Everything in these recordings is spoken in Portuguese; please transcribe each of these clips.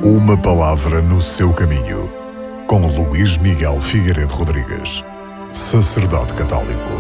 Uma palavra no seu caminho, com Luís Miguel Figueiredo Rodrigues, sacerdote católico.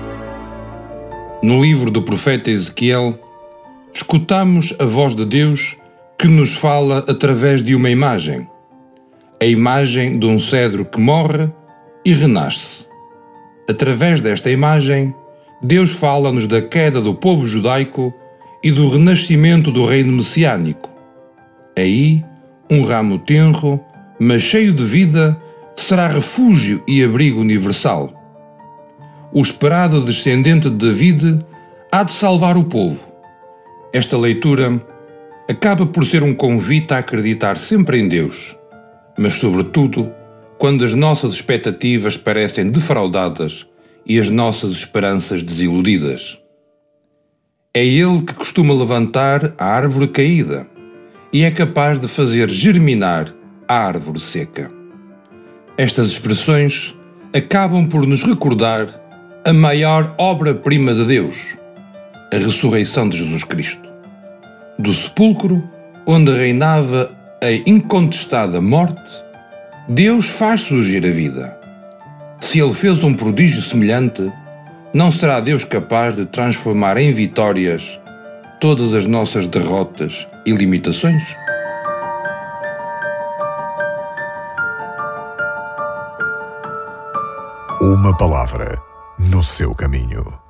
No livro do profeta Ezequiel, escutamos a voz de Deus que nos fala através de uma imagem, a imagem de um cedro que morre e renasce. Através desta imagem, Deus fala-nos da queda do povo judaico e do renascimento do reino messiânico. Aí, um ramo tenro, mas cheio de vida, será refúgio e abrigo universal. O esperado descendente de David há de salvar o povo. Esta leitura acaba por ser um convite a acreditar sempre em Deus, mas sobretudo quando as nossas expectativas parecem defraudadas e as nossas esperanças desiludidas. É Ele que costuma levantar a árvore caída e é capaz de fazer germinar a árvore seca. Estas expressões acabam por nos recordar a maior obra-prima de Deus, a ressurreição de Jesus Cristo. Do sepulcro, onde reinava a incontestada morte, Deus faz surgir a vida. Se Ele fez um prodígio semelhante, não será Deus capaz de transformar em vitórias todas as nossas derrotas e limitações? Uma palavra no seu caminho.